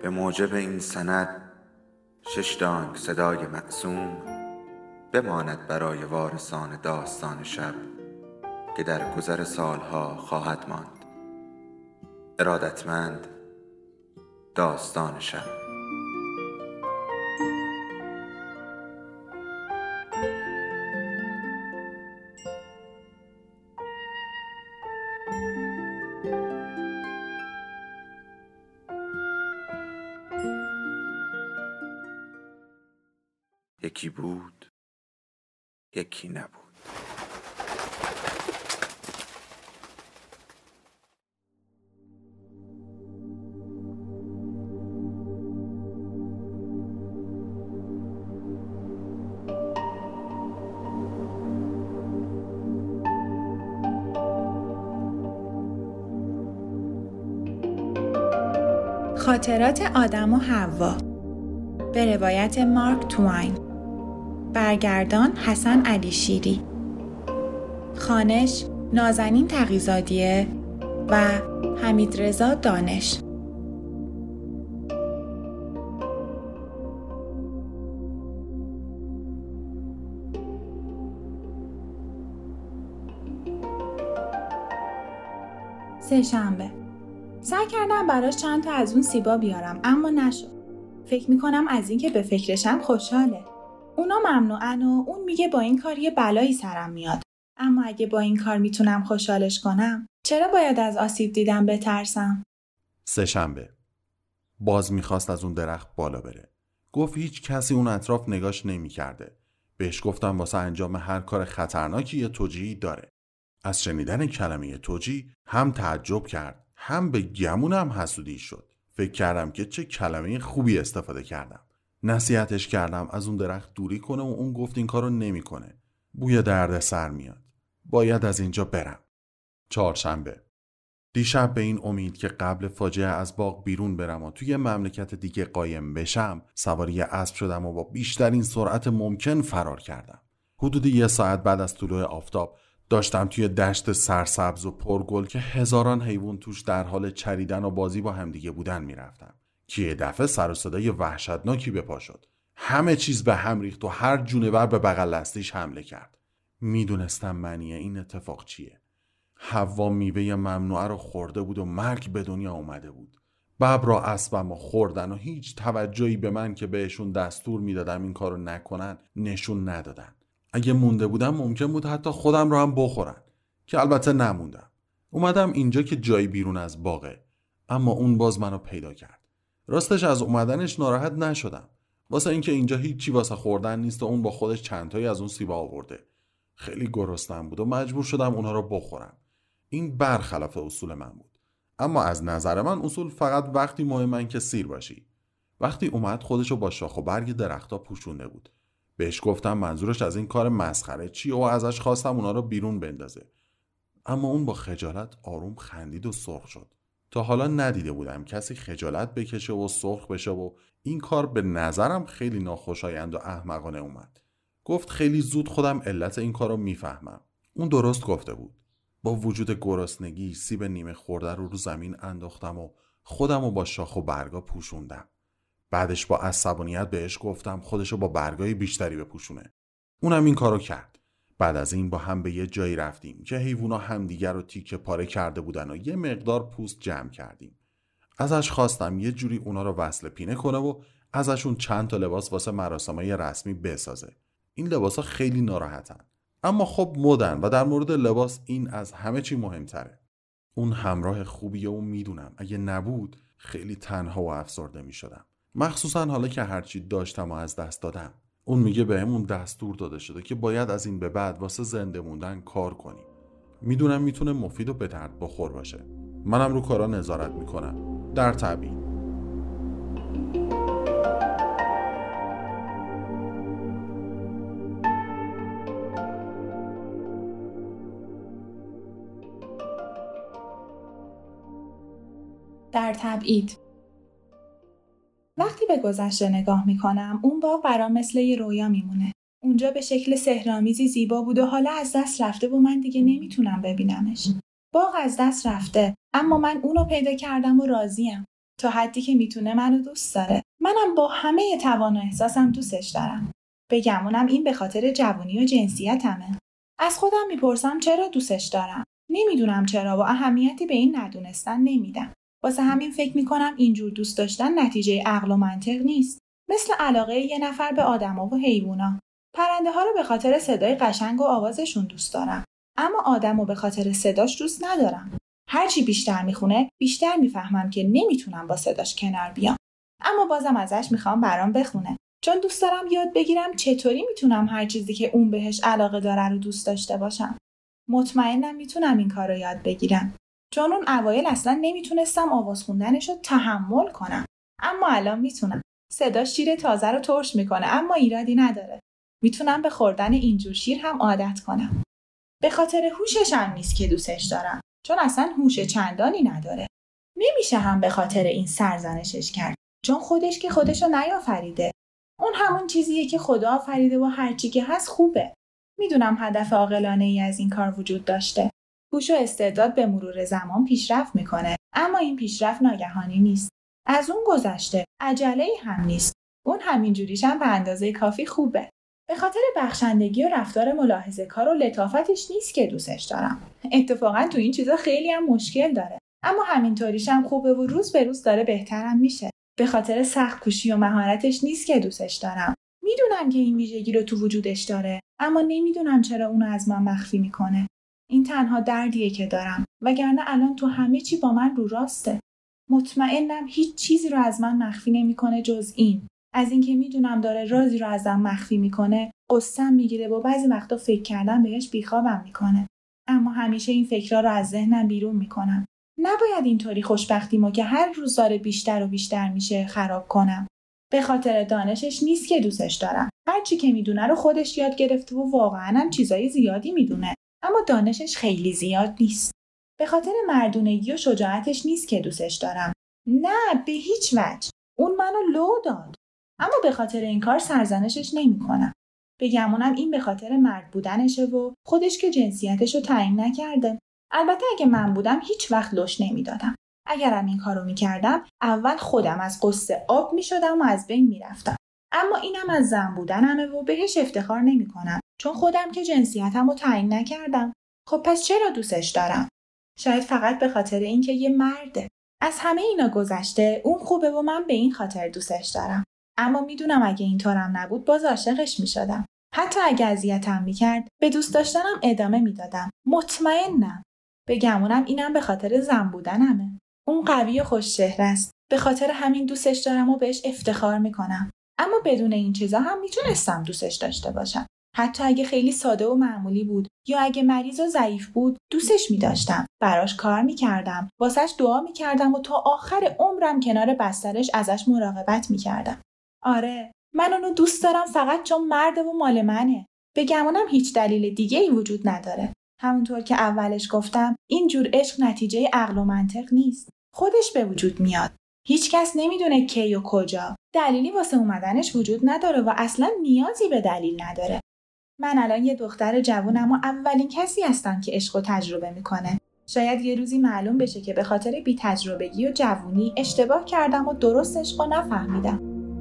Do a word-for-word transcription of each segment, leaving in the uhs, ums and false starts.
به موجب این سند شش دانگ صدای معصوم بماند برای وارثان داستان شب که در گذر سالها خواهد ماند. ارادتمند، داستان شب. یکی بود، یکی نبود. خاطرات آدم و حوا به روایت مارک توین. برگردان حسن علی شیری. خوانش نازنین تقی‌زادیه و حمیدرضا دانش. سه شنبه. سعی کردم براش چند تا از اون سیبا بیارم اما نشد. فکر میکنم از این که به فکرشم خوشحاله. اونا ممنوعن و اون میگه با این کار یه بلایی سرم میاد. اما اگه با این کار میتونم خوشحالش کنم، چرا باید از آسیب دیدن بترسم؟ سه شنبه. باز میخواست از اون درخت بالا بره. گفت هیچ کسی اون اطراف نگاش نمیکرده. بهش گفتم واسه انجام هر کار خطرناکی یه توجیهی داره. از شنیدن کلمه توجیه هم تعجب کرد، هم به گمونم حسودی شد. فکر کردم که چه کلمه خوبی استفاده کردم. نصیحتش کردم از اون درخت دوری کنه و اون گفت این کارو نمیکنه. بوی درد سر میاد. باید از اینجا برم. چهارشنبه. دیشب به این امید که قبل فاجعه از باغ بیرون برم و توی مملکت دیگه قایم بشم، سواری اسب شدم و با بیشترین سرعت ممکن فرار کردم. حدود یه ساعت بعد از طلوع آفتاب داشتم توی دشت سرسبز و پرگل که هزاران حیوان توش در حال چریدن و بازی با همدیگه بودن میرفتم که یه دفعه سر و صدای وحشتناکی به پا شد. همه چیز به هم ریخت و هر جونور به بغل دستیش حمله کرد. میدونستم معنی این اتفاق چیه. حوا میوه ممنوعه رو خورده بود و مرگ به دنیا اومده بود. ببر را اسبم و خوردن و هیچ توجهی به من که بهشون دستور میدادم این کارو نکنن نشون ندادن. اگه مونده بودم ممکن بود حتی خودم رو هم بخورن، که البته نموندم. اومدم اینجا که جایی بیرون از باغه، اما اون باز منو پیدا کرد. راستش از اومدنش ناراحت نشدم، واسه اینکه اینجا هیچی واسه خوردن نیست و اون با خودش چند تایی از اون سیبا آورده. خیلی گرسنم بود و مجبور شدم اونها رو بخورم. این برخلاف اصول من بود، اما از نظر من اصول فقط وقتی مهمن که سیر باشی. وقتی اومد خودشو با شاخ و برگ درختا پوشونده بود. بهش گفتم منظورش از این کار مسخره چیه و ازش خواستم اونا رو بیرون بندازه. اما اون با خجالت آروم خندید و سرخ شد. تا حالا ندیده بودم کسی خجالت بکشه و سرخ بشه و این کار به نظرم خیلی ناخوشایند و احمقانه اومد. گفت خیلی زود خودم علت این کار رو میفهمم. اون درست گفته بود. با وجود گرسنگی سیب نیمه خورده رو رو زمین انداختم و خودم رو با شاخ و برگا پوشوندم. بعدش با عصبانیت بهش گفتم خودشو با برگای بیشتری بپوشونه. اونم این کارو کرد. بعد از این با هم به یه جایی رفتیم که حیوونا همدیگر رو تیکه پاره کرده بودن و یه مقدار پوست جمع کردیم. ازش خواستم یه جوری اونا رو وصل پینه کنه و ازشون چند تا لباس واسه مراسمای رسمی بسازه. این لباسا خیلی ناراحتن، اما خب مدن و در مورد لباس این از همه چی مهمتره. اون همراه خوبیه و میدونم اگه نبود خیلی تنها و افسرده میشدم. مخصوصا حالا که هرچی داشتم و از دست دادم. اون میگه بهمون دستور داده شده که باید از این به بعد واسه زنده موندن کار کنیم. میدونم میتونه مفید و به درد بخور باشه. منم رو کارا نظارت میکنم. در تبیین. در تبعید. وقتی به گذشته نگاه میکنم اون باغ برام مثل یه رویا میمونه. اونجا به شکل سحرآمیزی زیبا بود و حالا از دست رفته و من دیگه نمیتونم ببینمش. باغ از دست رفته، اما من اونو پیدا کردم و راضیم. تا حدی که میتونه منو دوست داره. منم با همه توان و احساسم دوستش دارم. بگمونم این به خاطر جوونی و جنسیتمه. از خودم میپرسم چرا دوستش دارم. نمیدونم چرا و اهمیتی به این ندونستن نمیدم. واسه همین فکر میکنم اینجور دوست داشتن نتیجه عقل و منطق نیست. مثل علاقه یه نفر به آدما و حیوونا. پرنده ها رو به خاطر صدای قشنگ و آوازشون دوست دارم. اما آدمو به خاطر صداش دوست ندارم. هرچی بیشتر میخونه بیشتر میفهمم که نمیتونم با صداش کنار بیام. اما بازم ازش میخوام برام بخونه. چون دوست دارم یاد بگیرم چطوری میتونم هر چیزی که اون بهش علاقه داره رو دوست داشته باشم. مطمئنم میتونم این کار رو یاد بگیرم. چون اون اوایل اصلا نمیتونستم آواز خوندنش رو تحمل کنم. اما الان میتونم. صداش شیر تازه رو ترش میکنه اما ایرادی نداره. میتونم به خوردن اینجور شیر هم عادت کنم. به خاطر هوشش هم نیست که دوستش دارم. چون اصلا هوش چندانی نداره. نمیشه هم به خاطر این سرزنشش کرد. چون خودش که خودشو نیافریده. اون همون چیزیه که خدا آفریده و هر چی که هست خوبه. میدونم هدف عاقلانه ای از این کار وجود داشته. هوش و استعداد به مرور زمان پیشرفت میکنه. اما این پیشرفت ناگهانی نیست. از اون گذشته. عجله‌ای هم نیست. اون همین جوریش هم به اندازه کافی خوبه. به خاطر بخشندگی و رفتار ملاحظه‌کار و لطافتش نیست که دوستش دارم. اتفاقا تو این چیزا خیلی هم مشکل داره. اما همینطوریش هم خوبه و روز به روز داره بهترم میشه. به خاطر سخت کوشی و مهارتش نیست که دوستش دارم. میدونم که این ویژگی رو تو وجودش داره، اما نمیدونم چرا اونو از من مخفی میکنه. این تنها دردیه که دارم، وگرنه الان تو همه چی با من رو راسته. مطمئنم هیچ چیزی رو از من مخفی نمیکنه جز این. از اینکه میدونم داره رازی رو ازم مخفی میکنه، قصه‌ام میگیره و بعضی وقتا فکر کردن بهش بیخوابم میکنه. اما همیشه این فکرها رو از ذهنم بیرون میکنم. نباید اینطوری خوشبختیمو که هر روز داره بیشتر و بیشتر میشه خراب کنم. به خاطر دانشش نیست که دوستش دارم. هر چی که میدونه رو خودش یاد گرفته و واقعاً هم چیزای زیادی میدونه. اما دانشش خیلی زیاد نیست. به خاطر مردونگی و شجاعتش نیست که دوستش دارم. نه، به هیچ وجه. اون منو لو داد. اما به خاطر این کار سرزنشش نمی‌کنم. بگمونم این به خاطر مرد بودنشه و خودش که جنسیتش رو تعیین نکرده. البته اگه من بودم هیچ وقت لوش نمیدادم. اگرم این کارو میکردم اول خودم از قصه آب میشدم و از بین میرفتم. اما اینم از زن بودنمه و بهش افتخار نمیکنم. چون خودم که جنسیتم رو تعیین نکردم. خب پس چرا دوستش دارم؟ شاید فقط به خاطر اینکه یه مرده. از همه اینا گذشته اون خوبه و من به این خاطر دوستش دارم. اما میدونم اگه اینطورم نبود باز عاشقش میشدم. حتی اگه اذیتم میکرد به دوست داشتنم ادامه میدادم. مطمئنم. بگمونم اینم به خاطر زن بودنمه. اون قوی و خوش‌چهره است. به خاطر همین دوستش دارم و بهش افتخار میکنم. اما بدون این چیزا هم میتونستم دوستش داشته باشم. حتی اگه خیلی ساده و معمولی بود یا اگه مریض و ضعیف بود دوستش می‌داشتم. براش کار می‌کردم، واسش دعا می‌کردم و تا آخر عمرم کنار بسترش ازش مراقبت می‌کردم. آره، من اونو دوست دارم فقط چون مرده و مال منه. بگمونم هیچ دلیل دیگه‌ای وجود نداره. همونطور که اولش گفتم این جور عشق نتیجه عقل و منطق نیست. خودش به وجود میاد. هیچ کس نمیدونه کی و کجا. دلیلی واسه اومدنش وجود نداره و اصلا نیازی به دلیل نداره. من الان یه دختر جوونم و اولین کسی هستم که عشق رو تجربه میکنه. شاید یه روزی معلوم بشه که به خاطر بی تجربگی و جوونی اشتباه کردم و درست عشق رو نفهمیدم.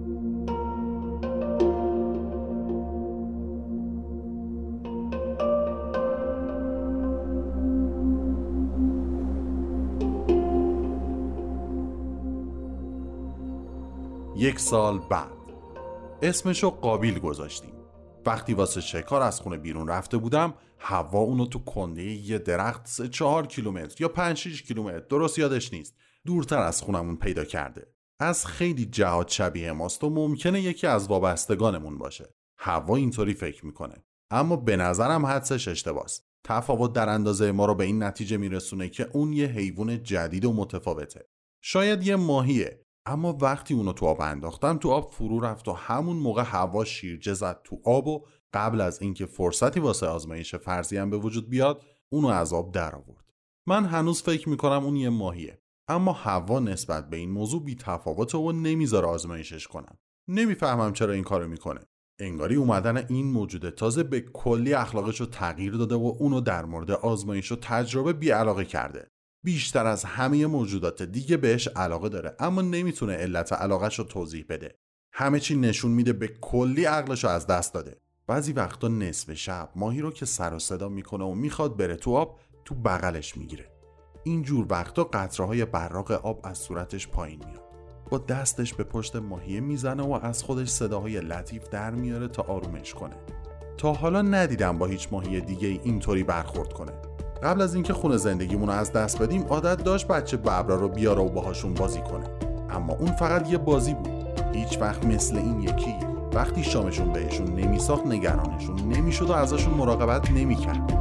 یک سال بعد اسمشو قابیل گذاشتیم. وقتی واسه شکار از خونه بیرون رفته بودم حوا اونو تو کنده یه درخت سه چهار کیلومتر یا پنج شش کیلومتر درست یادش نیست دورتر از خونمون پیدا کرده. از خیلی جهات شبیه ماست و ممکنه یکی از وابستگانمون باشه. حوا اینطوری فکر میکنه، اما به نظرم حدسش اشتباهه. تفاوت در اندازه ما رو به این نتیجه میرسونه که اون یه حیوان جدید و متفاوته. شاید یه ماهیه، اما وقتی اونو تو آب انداختم تو آب فرو رفت و همون موقع هوا شیرجه زد تو آب و قبل از اینکه فرصتی واسه آزمایش فرضی هم به وجود بیاد اونو از آب در آورد. من هنوز فکر میکنم اون یه ماهیه، اما هوا نسبت به این موضوع بی تفاوته و نمیذاره آزمایشش کنم. نمیفهمم چرا این کارو میکنه. انگاری اومدن این موجود تازه به کلی اخلاقشو تغییر داده و اونو در مورد آزمایش و تجربه بی علاقه کرده. بیشتر از همه موجودات دیگه بهش علاقه داره، اما نمیتونه علت علاقهش رو توضیح بده. همه چی نشون میده به کلی عقلش رو از دست داده. بعضی وقتا نصف شب ماهی رو که سر و صدا میکنه و میخواد بره تو آب، تو بغلش میگیره. اینجور وقتا قطره‌های براق آب از صورتش پایین میاد. با دستش به پشت ماهی میزنه و از خودش صداهای لطیف در میاره تا آرومش کنه. تا حالا ندیدم با هیچ ماهی دیگه اینطوری برخورد کنه. قبل از اینکه خونه زندگیمون رو از دست بدیم عادت داشت بچه ببرا رو بیاره و باهاشون بازی کنه. اما اون فقط یه بازی بود. هیچ وقت مثل این یکی وقتی شامشون بهشون نمیساخت نگرانشون نمیشد و ازشون مراقبت نمیکرد.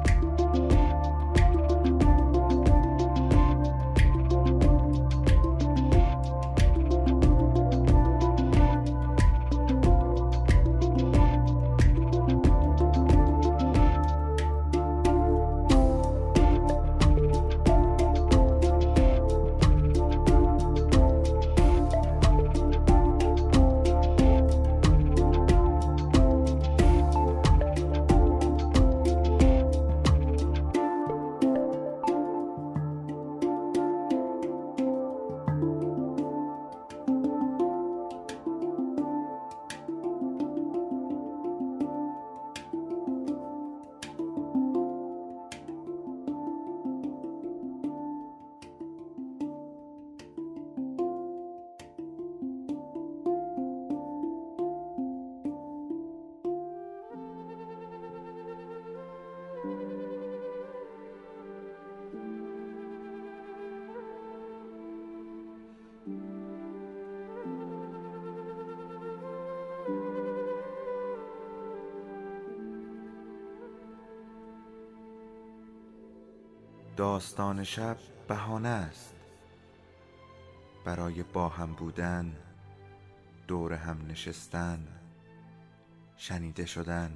داستان شب بهانه است برای با هم بودن، دور هم نشستن، شنیده شدن.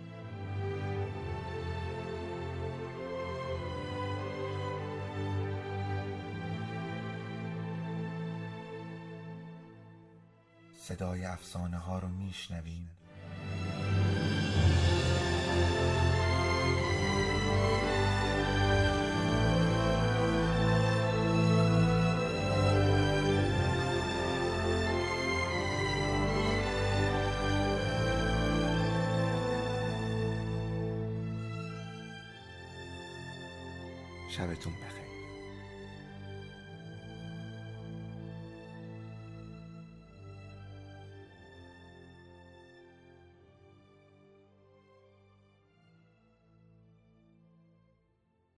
صدای افسانه ها رو میشنویم. شبتون بخیر.